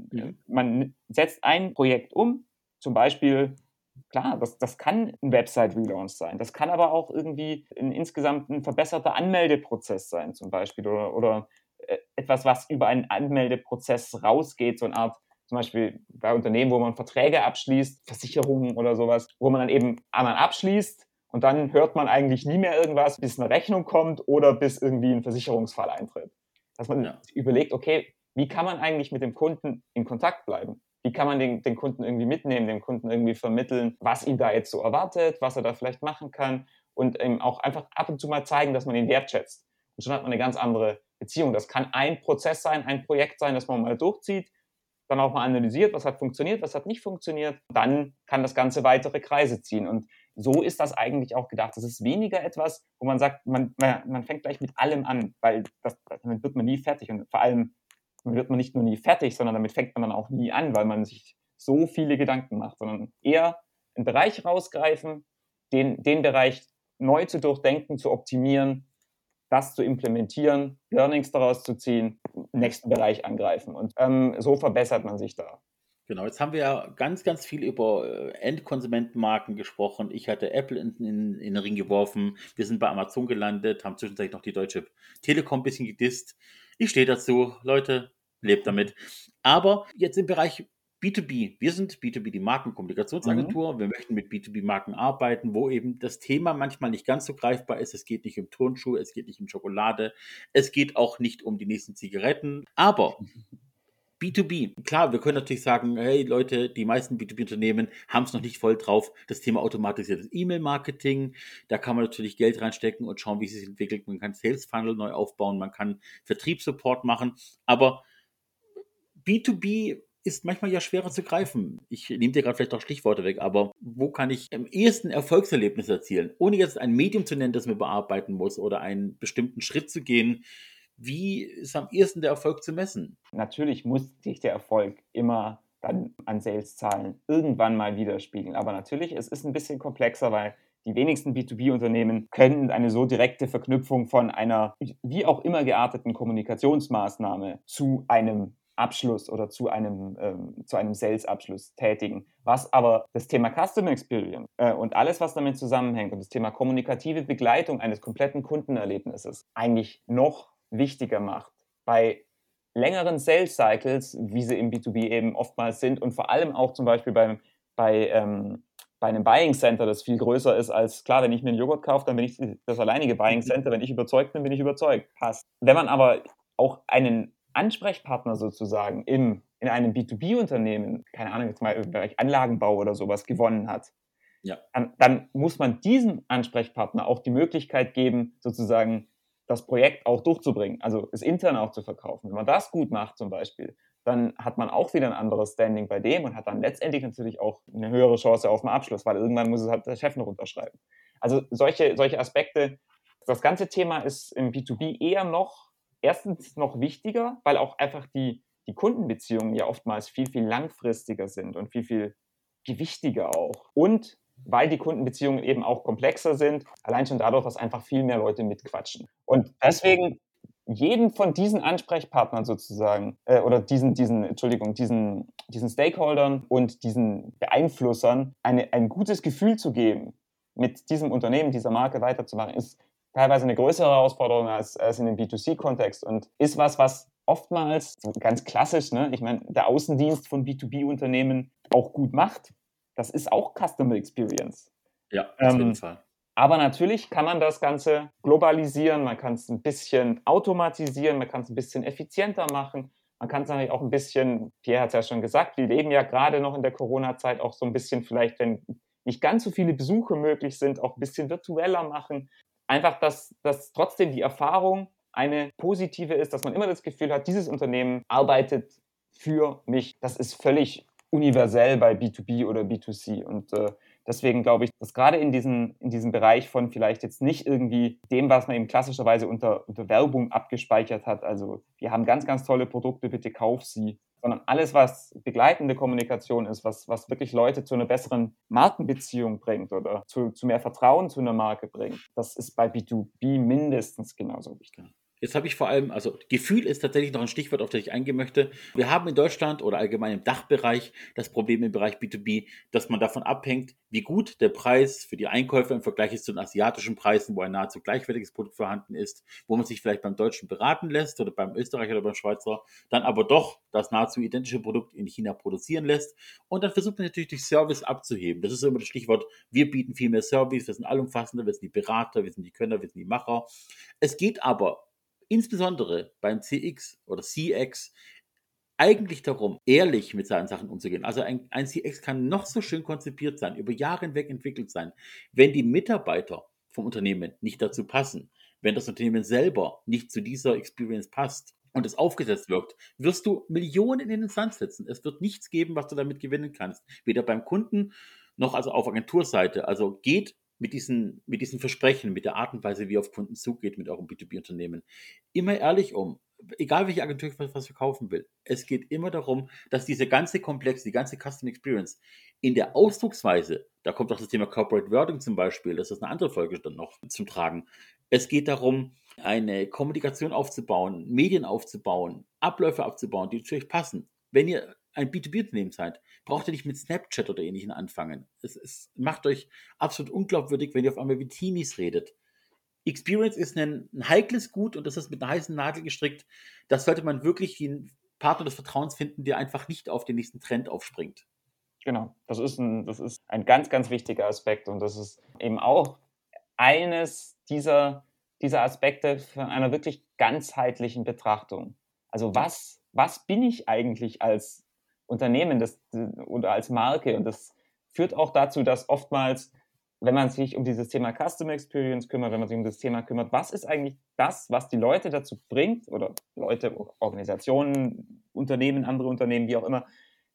Man setzt ein Projekt um, zum Beispiel, klar, das kann ein Website-Relaunch sein, das kann aber auch irgendwie insgesamt ein verbesserter Anmeldeprozess sein zum Beispiel oder etwas, was über einen Anmeldeprozess rausgeht, so eine Art, zum Beispiel bei Unternehmen, wo man Verträge abschließt, Versicherungen oder sowas, wo man dann eben einmal abschließt und dann hört man eigentlich nie mehr irgendwas, bis eine Rechnung kommt oder bis irgendwie ein Versicherungsfall eintritt. Dass man überlegt, okay, wie kann man eigentlich mit dem Kunden in Kontakt bleiben? Wie kann man den Kunden irgendwie mitnehmen, dem Kunden irgendwie vermitteln, was ihn da jetzt so erwartet, was er da vielleicht machen kann und eben auch einfach ab und zu mal zeigen, dass man ihn wertschätzt. Und schon hat man eine ganz andere Beziehung. Das kann ein Prozess sein, ein Projekt sein, das man mal durchzieht, dann auch mal analysiert, was hat funktioniert, was hat nicht funktioniert. Dann kann das Ganze weitere Kreise ziehen. Und so ist das eigentlich auch gedacht. Das ist weniger etwas, wo man sagt, man fängt gleich mit allem an, weil damit wird man nie fertig. Und vor allem wird man nicht nur nie fertig, sondern damit fängt man dann auch nie an, weil man sich so viele Gedanken macht, sondern eher einen Bereich rausgreifen, den Bereich neu zu durchdenken, zu optimieren, das zu implementieren, Learnings daraus zu ziehen, nächsten Bereich angreifen. Und so verbessert man sich da. Genau, jetzt haben wir ja ganz, ganz viel über Endkonsumentenmarken gesprochen. Ich hatte Apple in den Ring geworfen. Wir sind bei Amazon gelandet, haben zwischenzeitlich noch die Deutsche Telekom ein bisschen gedisst. Ich stehe dazu. Leute, lebt damit. Aber jetzt im Bereich B2B. Wir sind B2B, die Mhm. Markenkommunikationsagentur. Wir möchten mit B2B-Marken arbeiten, wo eben das Thema manchmal nicht ganz so greifbar ist. Es geht nicht um Turnschuhe, es geht nicht um Schokolade, es geht auch nicht um die nächsten Zigaretten. Aber B2B, klar, wir können natürlich sagen, hey Leute, die meisten B2B-Unternehmen haben es noch nicht voll drauf. Das Thema automatisiertes E-Mail-Marketing, da kann man natürlich Geld reinstecken und schauen, wie es sich entwickelt. Man kann Sales Funnel neu aufbauen, man kann Vertriebssupport machen. Aber B2B ist manchmal ja schwerer zu greifen. Ich nehme dir gerade vielleicht auch Stichworte weg, aber wo kann ich am ehesten Erfolgserlebnis erzielen? Ohne jetzt ein Medium zu nennen, das man bearbeiten muss oder einen bestimmten Schritt zu gehen. Wie ist am ehesten der Erfolg zu messen? Natürlich muss sich der Erfolg immer dann an Saleszahlen irgendwann mal widerspiegeln. Aber natürlich, es ist ein bisschen komplexer, weil die wenigsten B2B-Unternehmen können eine so direkte Verknüpfung von einer wie auch immer gearteten Kommunikationsmaßnahme zu einem Abschluss oder zu einem Sales-Abschluss tätigen. Was aber das Thema Customer Experience und alles, was damit zusammenhängt und das Thema kommunikative Begleitung eines kompletten Kundenerlebnisses eigentlich noch wichtiger macht bei längeren Sales Cycles, wie sie im B2B eben oftmals sind und vor allem auch zum Beispiel bei einem Buying Center, das viel größer ist als, klar, wenn ich mir einen Joghurt kaufe, dann bin ich das alleinige Buying Center, wenn ich überzeugt bin, bin ich überzeugt, passt. Wenn man aber auch einen Ansprechpartner sozusagen in einem B2B-Unternehmen, keine Ahnung, jetzt mal im Bereich Anlagenbau oder sowas gewonnen hat, Ja. dann muss man diesem Ansprechpartner auch die Möglichkeit geben, sozusagen das Projekt auch durchzubringen, also es intern auch zu verkaufen. Wenn man das gut macht zum Beispiel, dann hat man auch wieder ein anderes Standing bei dem und hat dann letztendlich natürlich auch eine höhere Chance auf einen Abschluss, weil irgendwann muss es halt der Chef noch unterschreiben. Also solche Aspekte. Das ganze Thema ist im B2B eher noch, erstens noch wichtiger, weil auch einfach die Kundenbeziehungen ja oftmals viel, viel langfristiger sind und viel, viel gewichtiger auch. Und weil die Kundenbeziehungen eben auch komplexer sind, allein schon dadurch, dass einfach viel mehr Leute mitquatschen. Und deswegen jeden von diesen Ansprechpartnern sozusagen oder diesen Stakeholdern und diesen Beeinflussern ein gutes Gefühl zu geben, mit diesem Unternehmen, dieser Marke weiterzumachen, ist teilweise eine größere Herausforderung als in dem B2C-Kontext und ist was oftmals ganz klassisch, ne? Ich meine, der Außendienst von B2B-Unternehmen auch gut macht. Das ist auch Customer Experience. Ja, auf jeden Fall. Aber natürlich kann man das Ganze globalisieren, man kann es ein bisschen automatisieren, man kann es ein bisschen effizienter machen. Man kann es natürlich auch ein bisschen, Pierre hat es ja schon gesagt, wir leben ja gerade noch in der Corona-Zeit auch so ein bisschen vielleicht, wenn nicht ganz so viele Besuche möglich sind, auch ein bisschen virtueller machen. Einfach, dass trotzdem die Erfahrung eine positive ist, dass man immer das Gefühl hat, dieses Unternehmen arbeitet für mich. Das ist völlig universell bei B2B oder B2C. Und deswegen glaube ich, dass gerade in diesem Bereich von vielleicht jetzt nicht irgendwie dem, was man eben klassischerweise unter Werbung abgespeichert hat, also wir haben ganz, ganz tolle Produkte, bitte kauf sie, sondern alles, was begleitende Kommunikation ist, was wirklich Leute zu einer besseren Markenbeziehung bringt oder zu mehr Vertrauen zu einer Marke bringt, das ist bei B2B mindestens genauso wichtig. Jetzt habe ich vor allem, also Gefühl ist tatsächlich noch ein Stichwort, auf das ich eingehen möchte. Wir haben in Deutschland oder allgemein im Dachbereich das Problem im Bereich B2B, dass man davon abhängt, wie gut der Preis für die Einkäufer im Vergleich ist zu den asiatischen Preisen, wo ein nahezu gleichwertiges Produkt vorhanden ist, wo man sich vielleicht beim Deutschen beraten lässt oder beim Österreicher oder beim Schweizer, dann aber doch das nahezu identische Produkt in China produzieren lässt und dann versucht man natürlich durch Service abzuheben. Das ist immer das Stichwort, wir bieten viel mehr Service, wir sind allumfassender, wir sind die Berater, wir sind die Könner, wir sind die Macher. Es geht aber insbesondere beim CX oder CX eigentlich darum, ehrlich mit seinen Sachen umzugehen. Also ein CX kann noch so schön konzipiert sein, über Jahre hinweg entwickelt sein. Wenn die Mitarbeiter vom Unternehmen nicht dazu passen, wenn das Unternehmen selber nicht zu dieser Experience passt und es aufgesetzt wirkt, wirst du Millionen in den Sand setzen. Es wird nichts geben, was du damit gewinnen kannst. Weder beim Kunden noch also auf Agenturseite. Also geht mit diesen Versprechen, mit der Art und Weise, wie ihr auf Kunden zugeht mit eurem B2B-Unternehmen, immer ehrlich um. Egal welche Agentur was verkaufen will. Es geht immer darum, dass diese ganze Komplex, die ganze Custom Experience in der Ausdrucksweise, da kommt auch das Thema Corporate Wording zum Beispiel, das ist eine andere Folge dann noch zum Tragen. Es geht darum, eine Kommunikation aufzubauen, Medien aufzubauen, Abläufe aufzubauen, die zu euch passen. Wenn ihr ein B2B-Unternehmen seid, braucht ihr nicht mit Snapchat oder ähnlichen anfangen. Es macht euch absolut unglaubwürdig, wenn ihr auf einmal wie Teenies redet. Experience ist ein heikles Gut und das ist mit einer heißen Nadel gestrickt. Das sollte man wirklich Partner des Vertrauens finden, der einfach nicht auf den nächsten Trend aufspringt. Genau, das ist ein ganz, ganz wichtiger Aspekt und das ist eben auch eines dieser Aspekte von einer wirklich ganzheitlichen Betrachtung. Also was bin ich eigentlich als Unternehmen oder als Marke? Und das führt auch dazu, dass oftmals, wenn man sich um dieses Thema Customer Experience kümmert, wenn man sich um das Thema kümmert, was ist eigentlich das, was die Leute dazu bringt, oder Leute, Organisationen, Unternehmen, andere Unternehmen, wie auch immer,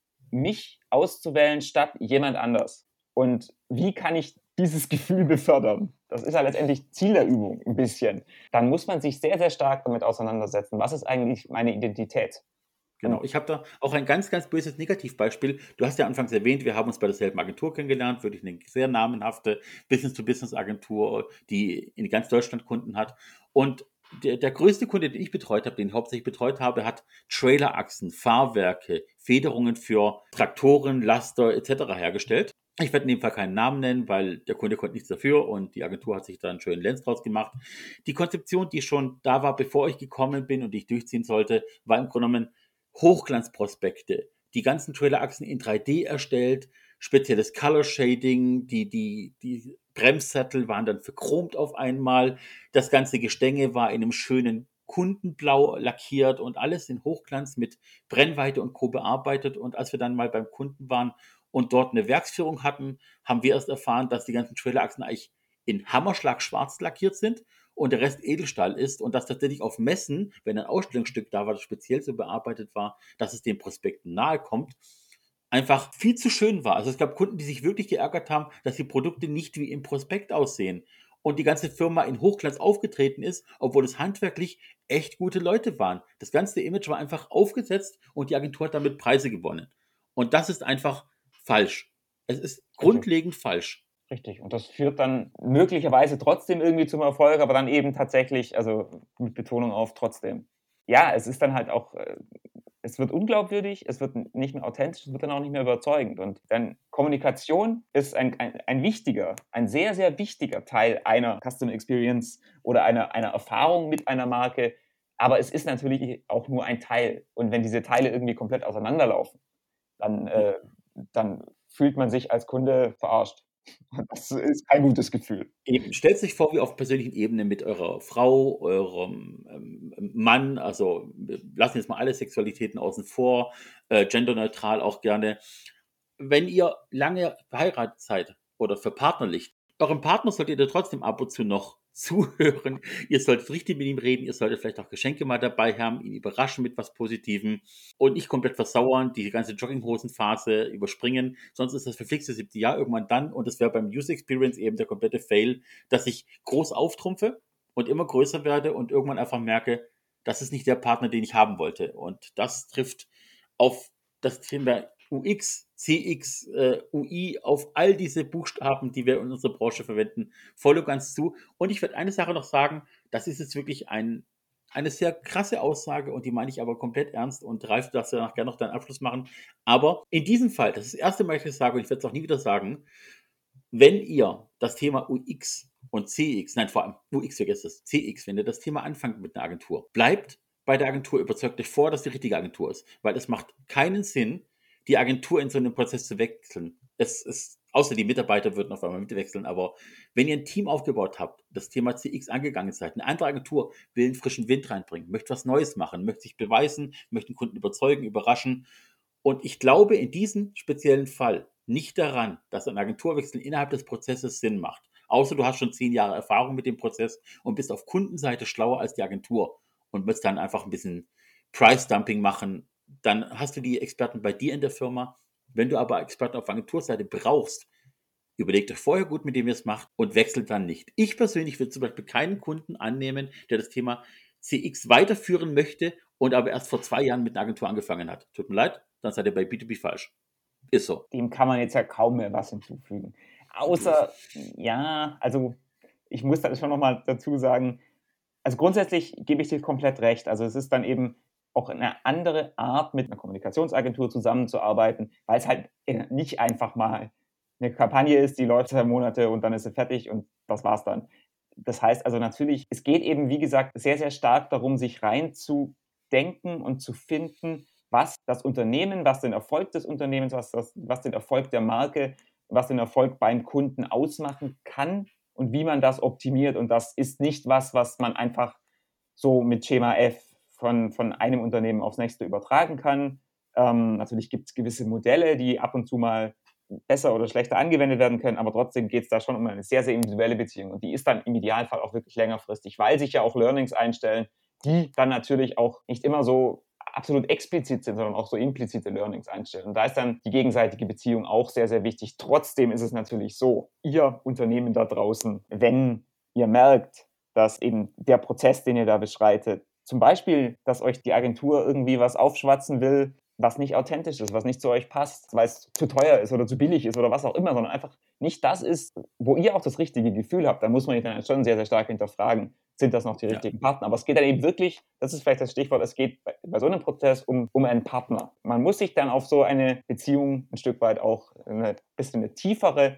mich auszuwählen statt jemand anders. Und wie kann ich dieses Gefühl befördern? Das ist ja letztendlich Ziel der Übung, ein bisschen. Dann muss man sich sehr, sehr stark damit auseinandersetzen. Was ist eigentlich meine Identität? Genau, ich habe da auch ein ganz, ganz böses Negativbeispiel. Du hast ja anfangs erwähnt, wir haben uns bei derselben Agentur kennengelernt, wirklich eine sehr namenhafte Business-to-Business-Agentur, die in ganz Deutschland Kunden hat. Und der größte Kunde, den ich betreut habe, den ich hauptsächlich betreut habe, hat Trailerachsen, Fahrwerke, Federungen für Traktoren, Laster etc. hergestellt. Ich werde in dem Fall keinen Namen nennen, weil der Kunde konnte nichts dafür und die Agentur hat sich da einen schönen Lenz draus gemacht. Die Konzeption, die schon da war, bevor ich gekommen bin und die ich durchziehen sollte, war im Grunde genommen Hochglanzprospekte, die ganzen Trailerachsen in 3D erstellt, spezielles Color Shading, die Bremssattel waren dann verchromt auf einmal, das ganze Gestänge war in einem schönen Kundenblau lackiert und alles in Hochglanz mit Brennweite und Co. bearbeitet. Und als wir dann mal beim Kunden waren und dort eine Werksführung hatten, haben wir erst erfahren, dass die ganzen Trailerachsen eigentlich in Hammerschlag schwarz lackiert sind und der Rest Edelstahl ist und dass tatsächlich auf Messen, wenn ein Ausstellungsstück da war, das speziell so bearbeitet war, dass es den Prospekten nahe kommt, einfach viel zu schön war. Also es gab Kunden, die sich wirklich geärgert haben, dass die Produkte nicht wie im Prospekt aussehen und die ganze Firma in Hochglanz aufgetreten ist, obwohl es handwerklich echt gute Leute waren. Das ganze Image war einfach aufgesetzt und die Agentur hat damit Preise gewonnen. Und das ist einfach falsch. Es ist grundlegend falsch. Richtig. Und das führt dann möglicherweise trotzdem irgendwie zum Erfolg, aber dann eben tatsächlich, also mit Betonung auf trotzdem. Ja, es ist dann halt auch, es wird unglaubwürdig, es wird nicht mehr authentisch, es wird dann auch nicht mehr überzeugend. Und dann Kommunikation ist ein wichtiger, ein sehr, sehr wichtiger Teil einer Customer Experience oder einer Erfahrung mit einer Marke. Aber es ist natürlich auch nur ein Teil. Und wenn diese Teile irgendwie komplett auseinanderlaufen, dann fühlt man sich als Kunde verarscht. Das ist kein gutes Gefühl. Eben, stellt sich vor, wie auf persönlichen Ebene mit eurer Frau, eurem Mann, also lassen jetzt mal alle Sexualitäten außen vor, genderneutral auch gerne. Wenn ihr lange verheiratet seid oder verpartnerlicht, eurem Partner solltet ihr trotzdem ab und zu noch zuhören. Ihr solltet richtig mit ihm reden, ihr solltet vielleicht auch Geschenke mal dabei haben, ihn überraschen mit was Positivem und nicht komplett versauern, die ganze Jogginghosenphase überspringen. Sonst ist das verflixte 7. Jahr irgendwann dann und das wäre beim User Experience eben der komplette Fail, dass ich groß auftrumpfe und immer größer werde und irgendwann einfach merke, das ist nicht der Partner, den ich haben wollte. Und das trifft auf das Thema UX, CX, UI, auf all diese Buchstaben, die wir in unserer Branche verwenden, voll und ganz zu. Und ich werde eine Sache noch sagen, das ist jetzt wirklich eine sehr krasse Aussage und die meine ich aber komplett ernst und Ralf, du darfst danach gerne noch deinen Abschluss machen. Aber in diesem Fall, das ist das erste Mal, dass ich das sage und ich werde es auch nie wieder sagen, wenn ihr das Thema UX und CX, nein, vor allem UX vergesst es, CX, wenn ihr das Thema anfangt mit einer Agentur, bleibt bei der Agentur, überzeugt euch vor, dass die richtige Agentur ist, weil es macht keinen Sinn, die Agentur in so einem Prozess zu wechseln. Es ist, außer die Mitarbeiter würden auf einmal mitwechseln, aber wenn ihr ein Team aufgebaut habt, das Thema CX angegangen seid, eine andere Agentur will einen frischen Wind reinbringen, möchte was Neues machen, möchte sich beweisen, möchte den Kunden überzeugen, überraschen. Und ich glaube in diesem speziellen Fall nicht daran, dass ein Agenturwechsel innerhalb des Prozesses Sinn macht. Außer du hast schon 10 Jahre Erfahrung mit dem Prozess und bist auf Kundenseite schlauer als die Agentur und willst dann einfach ein bisschen Price-Dumping machen. Dann hast du die Experten bei dir in der Firma. Wenn du aber Experten auf Agenturseite brauchst, überlegt euch vorher gut, mit dem ihr es macht und wechselt dann nicht. Ich persönlich würde zum Beispiel keinen Kunden annehmen, der das Thema CX weiterführen möchte und aber erst vor 2 Jahren mit einer Agentur angefangen hat. Tut mir leid, dann seid ihr bei B2B falsch. Ist so. Dem kann man jetzt ja kaum mehr was hinzufügen. Außer, ja, also ich muss da schon nochmal dazu sagen, also grundsätzlich gebe ich dir komplett recht. Also es ist dann eben auch eine andere Art, mit einer Kommunikationsagentur zusammenzuarbeiten, weil es halt nicht einfach mal eine Kampagne ist, die läuft 2 Monate und dann ist sie fertig und das war's dann. Das heißt also natürlich, es geht eben, wie gesagt, sehr, sehr stark darum, sich reinzudenken und zu finden, was das Unternehmen, was den Erfolg des Unternehmens, was den Erfolg der Marke, was den Erfolg beim Kunden ausmachen kann und wie man das optimiert. Und das ist nicht was man einfach so mit Schema F von einem Unternehmen aufs nächste übertragen kann. Natürlich gibt es gewisse Modelle, die ab und zu mal besser oder schlechter angewendet werden können, aber trotzdem geht es da schon um eine sehr, sehr individuelle Beziehung. Und die ist dann im Idealfall auch wirklich längerfristig, weil sich ja auch Learnings einstellen, die dann natürlich auch nicht immer so absolut explizit sind, sondern auch so implizite Learnings einstellen. Und da ist dann die gegenseitige Beziehung auch sehr, sehr wichtig. Trotzdem ist es natürlich so, ihr Unternehmen da draußen, wenn ihr merkt, dass eben der Prozess, den ihr da beschreitet, zum Beispiel, dass euch die Agentur irgendwie was aufschwatzen will, was nicht authentisch ist, was nicht zu euch passt, weil es zu teuer ist oder zu billig ist oder was auch immer, sondern einfach nicht das ist, wo ihr auch das richtige Gefühl habt, dann muss man sich dann schon sehr, sehr stark hinterfragen, sind das noch die richtigen Partner? Aber es geht dann eben wirklich, das ist vielleicht das Stichwort, es geht bei so einem Prozess um einen Partner. Man muss sich dann auf so eine Beziehung ein Stück weit auch ein bisschen eine tiefere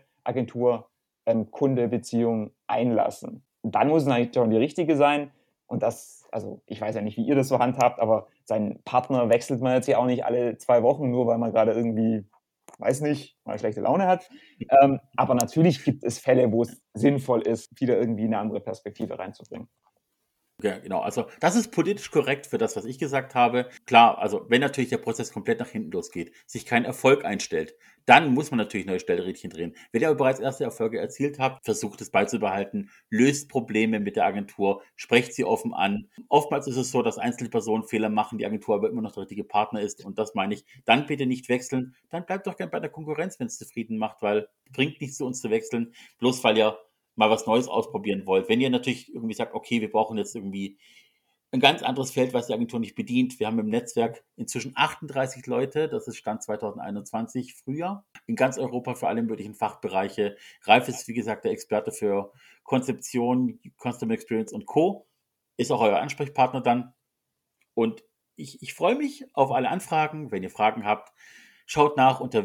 Agentur-Kunde-Beziehung einlassen. Und dann muss es natürlich schon die richtige sein. Und das, also ich weiß ja nicht, wie ihr das so handhabt, aber seinen Partner wechselt man jetzt ja auch nicht alle 2 Wochen, nur weil man gerade irgendwie, weiß nicht, mal schlechte Laune hat. Aber natürlich gibt es Fälle, wo es sinnvoll ist, wieder irgendwie eine andere Perspektive reinzubringen. Ja, genau. Also das ist politisch korrekt für das, was ich gesagt habe. Klar, also wenn natürlich der Prozess komplett nach hinten losgeht, sich kein Erfolg einstellt, dann muss man natürlich neue Stellrädchen drehen. Wenn ihr aber bereits erste Erfolge erzielt habt, versucht es beizubehalten, löst Probleme mit der Agentur, sprecht sie offen an. Oftmals ist es so, dass einzelne Personen Fehler machen, die Agentur aber immer noch der richtige Partner ist. Und das meine ich, dann bitte nicht wechseln. Dann bleibt doch gern bei der Konkurrenz, wenn es zufrieden macht, weil es bringt nichts zu uns zu wechseln, bloß weil ihr mal was Neues ausprobieren wollt. Wenn ihr natürlich irgendwie sagt, okay, wir brauchen jetzt irgendwie ein ganz anderes Feld, was die Agentur nicht bedient. Wir haben im Netzwerk inzwischen 38 Leute, das ist Stand 2021 Frühjahr, in ganz Europa für alle möglichen Fachbereiche. Ralf ist, wie gesagt, der Experte für Konzeption, Customer Experience und Co. Ist auch euer Ansprechpartner dann. Und ich freue mich auf alle Anfragen. Wenn ihr Fragen habt, schaut nach unter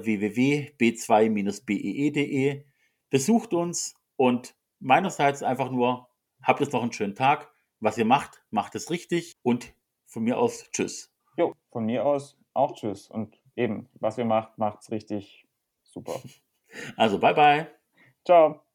www.b2-bee.de. Besucht uns und meinerseits einfach nur, habt jetzt noch einen schönen Tag. Was ihr macht, macht es richtig. Und von mir aus, tschüss. Jo, von mir aus auch tschüss. Und eben, was ihr macht, macht's richtig super. Also, bye bye. Ciao.